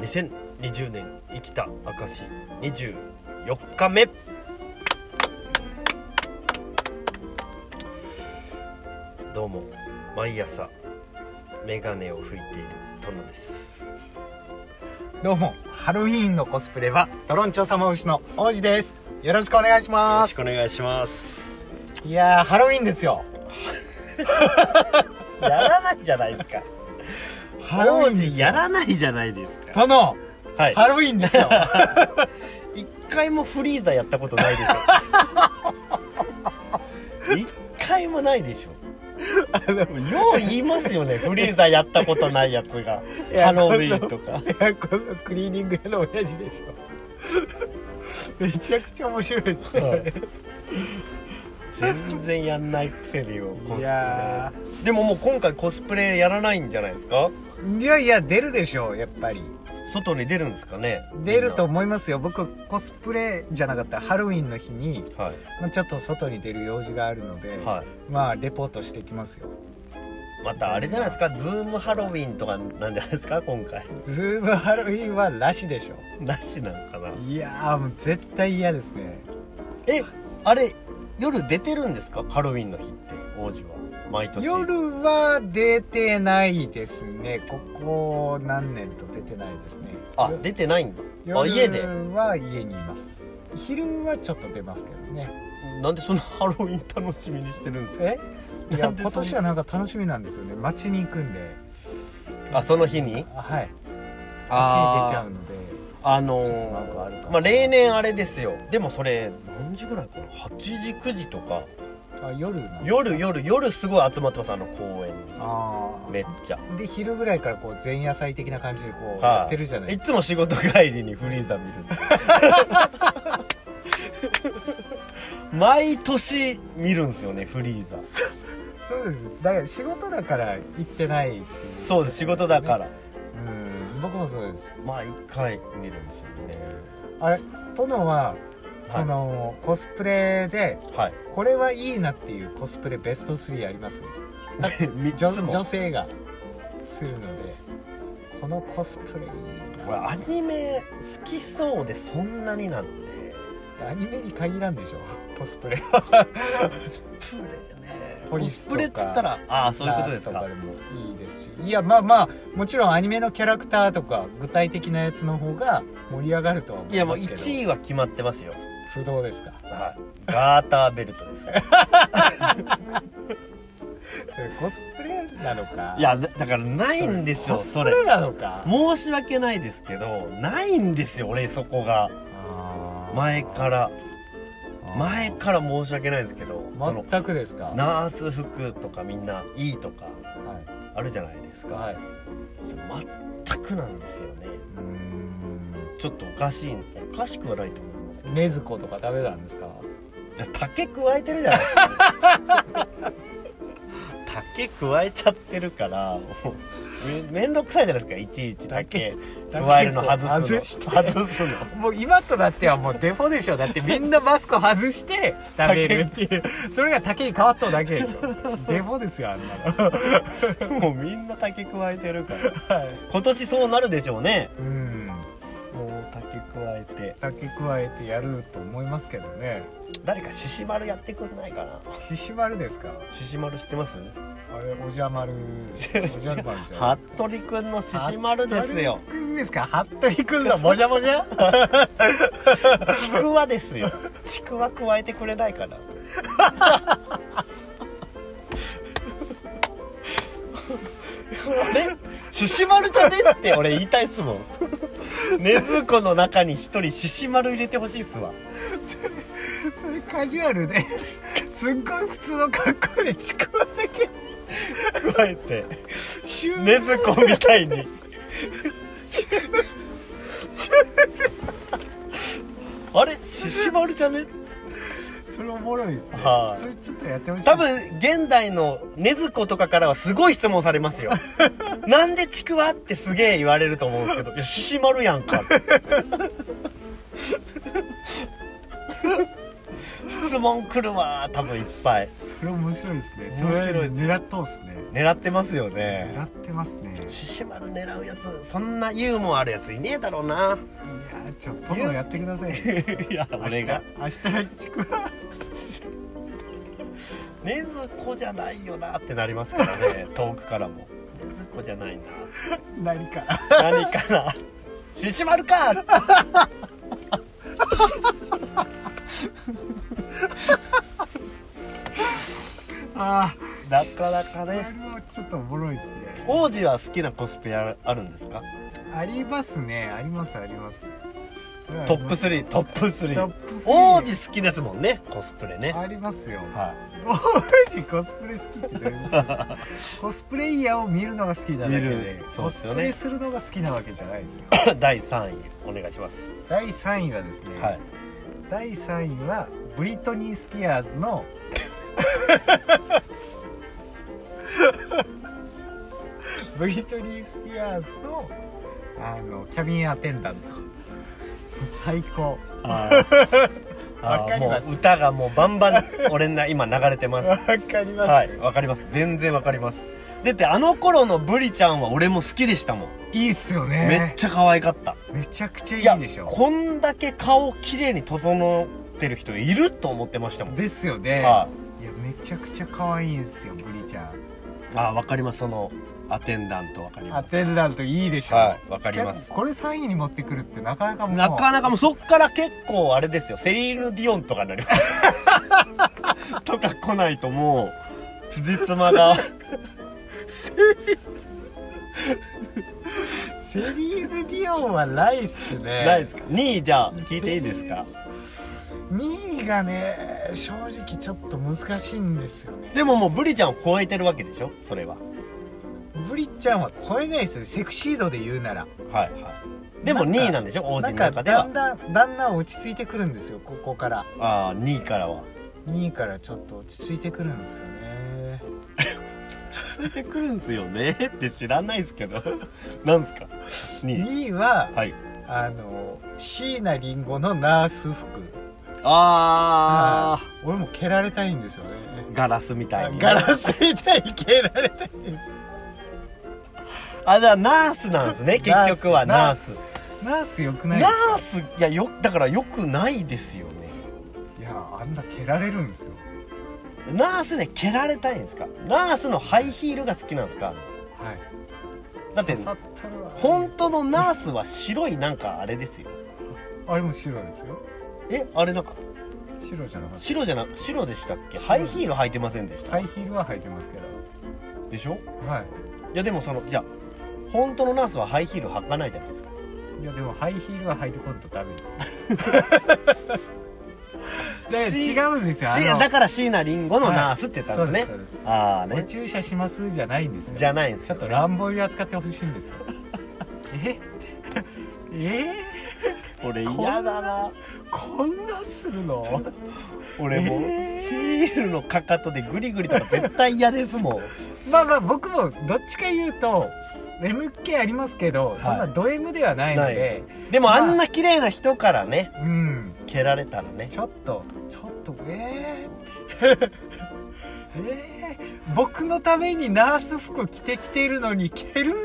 2020年生きた証24日目。どうも毎朝メガネを拭いているトノです。 どうもハロウィーンのコスプレはトロンチョ様牛の王子です。よろしくお願いしよろします。 くお願いします。 いやーハロウィーンですよ。 やらないじゃないですか。 ハロウィーンですよ。 王子やらないじゃないですか。 殿、 はい、 ハロウィーンですよ。 一回もフリーザやったことないでしょ。一回もないでしょ。よう言いますよね、フリーザやったことないやつが。ハロウィーンとか。 いやこのクリーニング屋の親父でしょ。めちゃくちゃ面白いですね、はい、 全然やんないくせによコスプいレ。 やでももう今回コスプレやらないんじゃないですか。 いやいや出るでしょう。やっぱり外に出るんですかね。 出ると思いますよ。僕コスプレじゃなかったハロウィンの日に、 はい、 まあ、ちょっと外に出る用事があるので、 はい、 まあレポートしてきますよ。 またあれじゃないですか、ズームハロウィンとかなんじゃないですか今回。 ズームハロウィンはなしでしょ。 なしなのかな。 いやーもう絶対嫌ですね。 あれ夜出てるんですか、ハロウィンの日って王子は毎年。 夜は出てないですね。ここ何年と出てないですね。 あ、出てないんだ。あ、 夜家で。 は家にいます。昼はちょっと出ますけどね。 なんでそんなハロウィン楽しみにしてるんですか。 いや今年はなんか楽しみなんですよね。街に行くんで。 あ、その日に。 はい。街に出ちゃうので。なんかあるかな。 まあ例年あれですよ。でもそれ何時ぐらいかな、8時9時とか。 あ、夜すごい集まってます、あの公園に。 ああ、 めっちゃ。 で昼ぐらいからこう前夜祭的な感じでこうやってるじゃないですか。 いつも仕事帰りにフリーザ見るんです毎年見るんですよね、フリーザ。 そうです。だから仕事だから行ってないっていう、ね、 そうです、仕事だから。 僕もそうです。 まあ一回見るんですよね。 あれ殿ははい、 そのコスプレで、 はい、これはいいなっていうコスプレベスト3あります女性がするので、このコスプレいいな。 これアニメ好きそうでそんなになんで。 アニメに限らんでしょコスプレ。 コスプレね。 ポリスとかコスプレっつったら、ああそういうことですか。 ナースとかでもいいですし、いやまあまあもちろんアニメのキャラクターとか具体的なやつの方が盛り上がるとは思いますけど。 いやもう1位は決まってますよ。 不動ですか。 はい、ガーターベルトです。 コスプレなのか。 いやだからないんですよ。 コスプレなのか。 申し訳ないですけどないんですよ、俺そこが。前から申し訳ないですけど、 全くですか。 ナース服とかみんないいとかあるじゃないですか、 はい、 全くなんですよね。ちょっとおかしくはないと思いますけど。 禰豆子とかダメなんですか。 いや竹加えてるじゃないですか。竹加えちゃってるからもうめんどくさいじゃないですか、いちいち竹加えるの外すの。 もう今となってはもうデフォでしょ。だってみんなマスク外して食べるっていうそれが竹に変わっただけでしょ。デフォですよ、あんなの。もうみんな竹加えてるから、 はい、 今年そうなるでしょうね。もう竹加えてやると思いますけどね。 誰か獅子丸やってくれないかな。 獅子丸ですか。 獅子丸知ってます？ あれおじゃ丸。 服部くんの獅子丸ですよ。 服部ですか。服部くんのもじゃもじゃ。 ちくわですよ。ちくわ加えてくれないかな。あれ獅子丸じゃねって俺言いたいっすもん。禰豆子の中に一人獅子丸入れてほしいっすわ。 それカジュアルですっごい普通の格好でちくわだけ加えて禰豆子みたいに。あれ獅子丸じゃね。 それおもろいですね。それちょっとやってほしい。 多分現代の禰豆子とかからはすごい質問されますよ。なんでちくわってすげえ言われると思うんですけど、いや獅子丸やんか。 質問来るわ多分いっぱい。 それ面白いですね。 面白いです。 狙っとうっすね。 狙ってますよね。 狙ってますね。 獅子丸狙うやつそんなユーモアあるやついねえだろうな。 いやちょっと殿やってください。 いや俺が明日ちくわ禰豆子じゃないよなってなりますからね。遠くからも禰豆子じゃないな。 何か何かな。獅子丸か。 あなかなかあ、 ね。 あれはちょっとおもろいですね。 王子は好きなコスプレあるんですか？ ありますね。ありますあります。それはあトップります 3トップ3。 トップ3 王子好きですもんねコスプレね。 ありますよ。 は王子コスプレ好きってどういうことコスプレイヤーを見るのが好きなだけ見でる、そうコっすよねスプレするのが好きなわけじゃないですよ。 い。第3位お願いします。 第3位はですね、 はい。 第3位はブリトニー・スピアーズのブリトニー・スピアーズのキャビンアテンダント最高。 あわかりますもう歌がもうバンバン俺今流れてます。 わかります、 はい、わかります。全然わかります。だってあの頃のブリちゃんは俺も好きでしたもん。 いいっすよね。 めっちゃ可愛かった。 めちゃくちいやゃいいでしょ。 こんだけ顔綺麗に整ってる人いると思ってましたもん。 ですよね。 はいやめちゃくちゃ可愛いんですよブリちゃん。 あ、わかります。そのアテンダントわかりアます。 テンダントいいでしょ。 はい、わかります。 これ3位に持ってくるってなかなかもうなかなかもうそっから結構あれですよ。セリーヌ・ディオンとかになりますとか来ないともう辻褄がセリーヌ・ディオンはないっすね。 ないですか。2位じゃあ聞いていいですか。 2位がね正直ちょっと難しいんですよね。 でももうブリちゃんを超えてるわけでしょそれは。 ブリちゃんは超えないですよ。セクシー度で言うなら。 はいはい。でも2位なんでしょ王子の中では。 なんかだんだん落ち着いてくるんですよここから。 ああ2位からは 2位からちょっと落ち着いてくるんですよね。 ついてくるんすよねって知らないですけどなんすか2位。 2位は、 はい。 椎名林檎のナース服。 あ俺も蹴られたいんですよね。 ーガラスみたいにね、 ガラスみたいに蹴られたい。 あ、じゃあナースなんですね結局は。ナースナースよくないナですか。 ースいやだからよくないですよね。 いやあんな蹴られるんですよ。 ナースで蹴られたいんですか。ナースのハイヒールが好きなんですか。 はい。 だって刺さったるわ本当のナースは白いなんかあれですよ。 あれも白ですよ。 あれなんか白じゃなかった。 白でしたっけ。ハイヒール履いてませんでした、 ハイヒールは履いてますけど。 でしょ。 はいやでもじゃあ本当のナースはハイヒール履かないじゃないですか。 い。いやでもハイヒールは履いてこんとダメですで違うんですよ。 だから椎名林檎のナースって言ったんですね、 そうですそうです。 ああね。 お注射しますじゃないんですよ。 じゃないんですよ、 ちょっと乱暴に扱ってほしいんですよ俺嫌だな。 こんなするの俺もヒールのかかとでグリグリとか絶対嫌ですもん。 まあまあ僕もどっちか言うと MK ありますけど、そんなド M ではないので。 でもあんな綺麗な人からね、 うん蹴られたらね、 ちょっと僕のためにナース服着てきてるのに蹴る。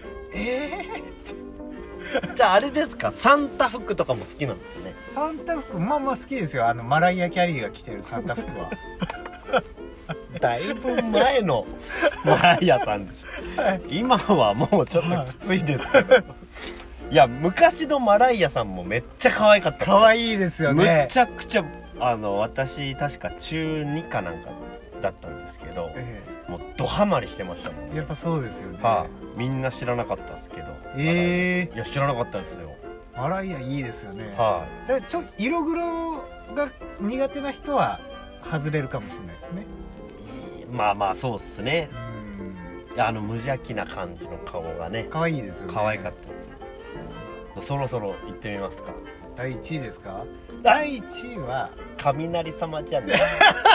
じゃああれですか、サンタ服とかも好きなんですかね。 サンタ服まあまあ好きですよ。マライア・キャリーが着てるサンタ服はだいぶ前のマライアさんでしょ、はい、今はもうちょっときついですけどいや昔のマライアさんもめっちゃ可愛かったです。 可愛いですよね。 むちゃくちゃ私確か中2かなんかだったんですけど、もうドハマりしてましたもんね。 やっぱそうですよね。 みんな知らなかったですけど。いや知らなかったですよ。 マライアいいですよね。 だから色黒が苦手な人は外れるかもしれないですね。 まあまあそうっすね。いや無邪気な感じの顔がね、 可愛いですよね。 可愛かったです。そろそろ行ってみますか。 第1位ですか。第1位は雷様じゃない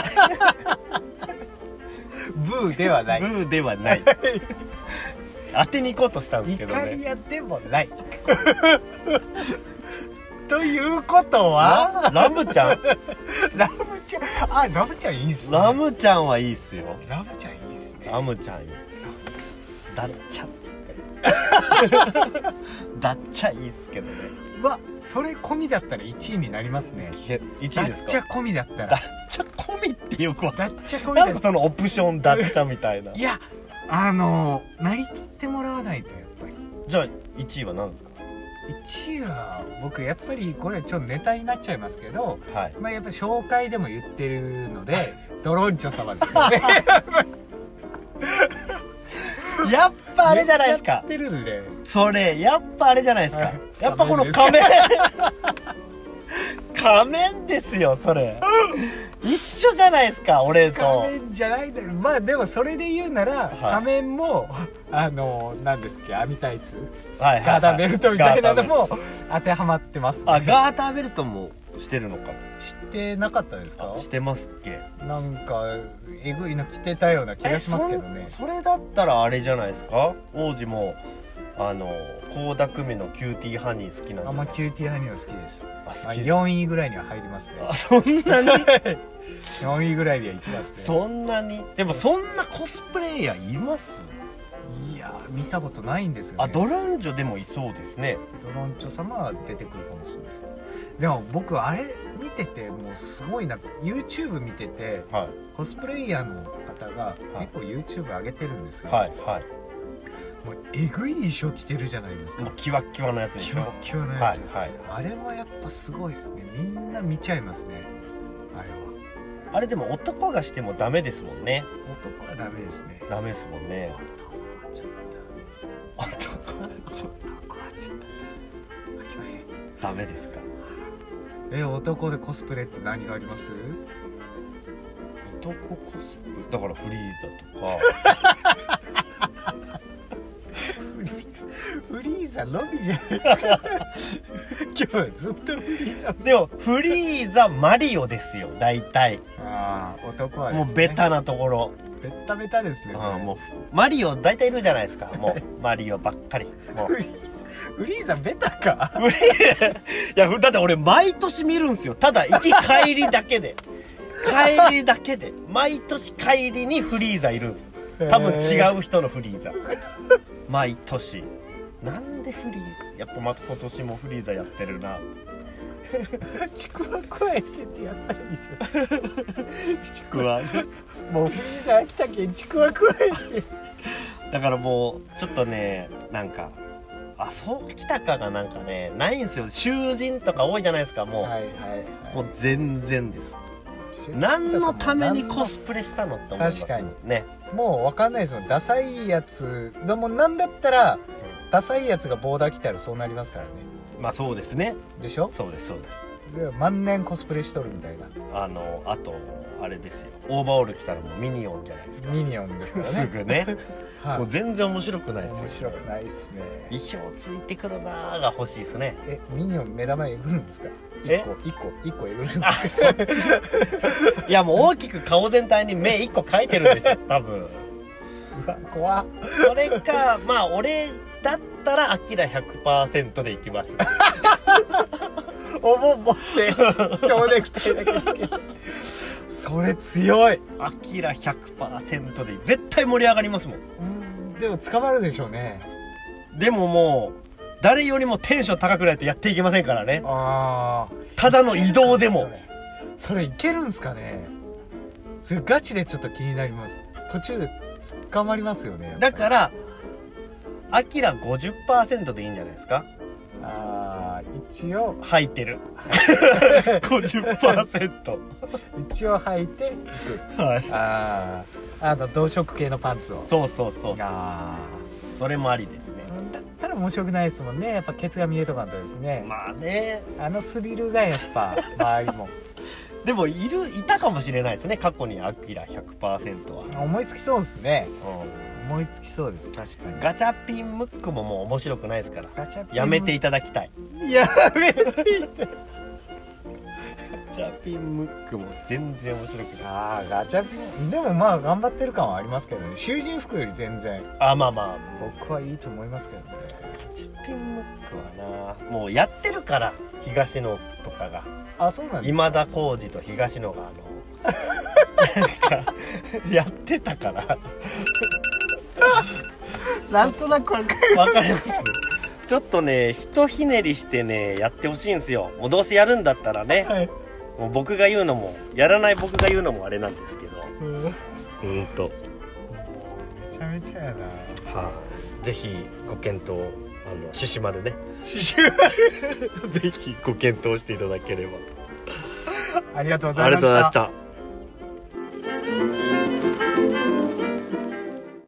ブーではない。 ブーではない当てに行こうとしたんですけどね。 イカリアでもないということはラムちゃんラムちゃん、あ、ラムちゃんいいっすね。 ラムちゃんはいいっすよ。 ラムちゃんいいっすね。 ラムちゃんいいっすよ。ダッチャっつってダッチャいいっすけどね。 わ、それ込みだったら1位になりますね。 1位ダですか。 ッチャ込みだったら。 ダッチャ込みってよくわかダッチャ込みなんかだったそのオプションダッチャみたいな。 いや、なりきってもらわないとやっぱり。 じゃあ1位は何ですか。 1位は僕やっぱりこれちょっとネタになっちゃいますけど、 はい。 まあやっぱ紹介でも言ってるのでドロンチョ様ですよね。 やっぱあれじゃないですか。 やってるんで、 それやっぱあれじゃないですか、 はい、 やっぱこの仮面仮面ですよそれ。一緒じゃないですか俺と。 仮面じゃないんだよ。まあでもそれで言うなら、 はい、 仮面も何ですっけ、網タイツ、 はいはいはい、 ガーターベルトみたいなのも当てはまってます、ね、 あ、ガーターベルトもしてるのかな。 知ってなかったですか。 してますっけ。 なんかえぐいの着てたような気がしますけどね。 それだったらあれじゃないですか。王子も倖田來未のキューティーハニー好きなんじゃないですか。 まあキューティーハニーは好きです。 あ、好き、 まあ、4位ぐらいには入りますね。 あ、そんなに 4位ぐらいではいきますね。 そんなに。でもそんなコスプレイヤーいます。 いや見たことないんですよね。 あ、ドランジョでもいそうですね。 ドロンチョ様は出てくるかもしれないです。でも僕あれ見ててもうすごいな。 YouTube 見てて、 はい、 コスプレイヤーの方が結構 YouTube 上げてるんですよ。 はいはい。 もうえぐい衣装着てるじゃないですか。 もうキワッキワのやつでしょ。 キワッキワのやつ、 はいはい。 あれはやっぱすごいですね。みんな見ちゃいますね、あれは。 あれでも男がしてもダメですもんね。 男はダメですね。 ダメですもんね。 男はちょっと、 男はちょっ男はちょっととダメですか。 男でコスプレって何があります？ 男コスプレだからフリーザとかフリーザのみじゃないですか。今日はずっとフリーザ。 でもフリーザマリオですよ大体。 ああ、男はですね、 もうベタなところ。 ベッタベタですね。 もうマリオ大体いるじゃないですか。もうマリオばっかり。もうフリーザベタか。 いやだって俺毎年見るんですよ。ただ行き帰りだけで帰りだけで毎年帰りにフリーザいるんですよ。多分違う人のフリーザ毎年。なんでフリーやっぱまた今年もフリーザやってるな。 ちくわ加えてってやったらいいじゃん。 ちくわもうフリーザ来たけんちくわ加えて。 だからもうちょっとね、なんかあ、そうきたかがなんかねないんですよ。囚人とか多いじゃないですか。もう、 はいはいはい、 もう全然です。何のためにコスプレしたのって思います。 確かにね。 もう分かんないですもん。ダサいやつでもなんだったら、ダサいやつがボーダー着たらそうなりますからね。 まあそうですね。 でしょ。 そうですそうです。 で万年コスプレしとるみたいな。 あとあれですよ、オーバーオール着たらもうミニオンじゃないですか。 ミニオンですからね。 すぐね、 はい、 もう全然面白くないですよ。 面白くないっすね。 意表ついてくるなーが欲しいですね。 ミニオン目玉えぐるんですか。1個えぐるんですか。 いやもう大きく顔全体に目1個描いてるでしょ多分。 うわ怖っ。 それかまあ俺だったらアキラ 100% でいきます。 お盆持って蝶ネクタイだけつけて。それ強い。 アキラ 100% で絶対盛り上がりますもん。 でも捕まるでしょうね。 でももう誰よりもテンション高くないとやっていけませんからね。 ああ、 ただの移動でもそれいけるんすかね。それガチでちょっと気になります。途中で捕まりますよね。 だからアキラ 50% でいいんじゃないですか。 ああ、一応履いてる50% 一応履いていく。はい。ああ、同色系のパンツを。 そうそうそう。 ああ、 それもありですね。 だったら面白くないですもんね。やっぱケツが見えとかんとですね。 まあね、 スリルがやっぱ周りもでもいたかもしれないですね、過去にアキラ 100% は。 思いつきそうですね。思いつきそうです。確かに。 ガチャピンムックももう面白くないですから。 ガチャピンやめていただきたい。 やめていただきたい。 ガチャピンムックも全然面白くない。 ああ、ガチャピンでもまあ頑張ってる感はありますけどね。囚人服より全然。 あ、まあまあ僕はいいと思いますけどね。 ガチャピンムックはな、もうやってるから東野とかが。 あ、そうなんですか。 今田耕司と東野がなんかやってたからなんとなくわかる。 わかります。ちょっとねひとひねりしてねやってほしいんですよ。もうどうせやるんだったらね、 はい、 もう僕が言うのもやらない僕が言うのもあれなんですけど、 めちゃめちゃやな。 はあ、ぜひご検討獅子丸ねぜひご検討していただければ。 ありがとうござありいました。 がとうございました。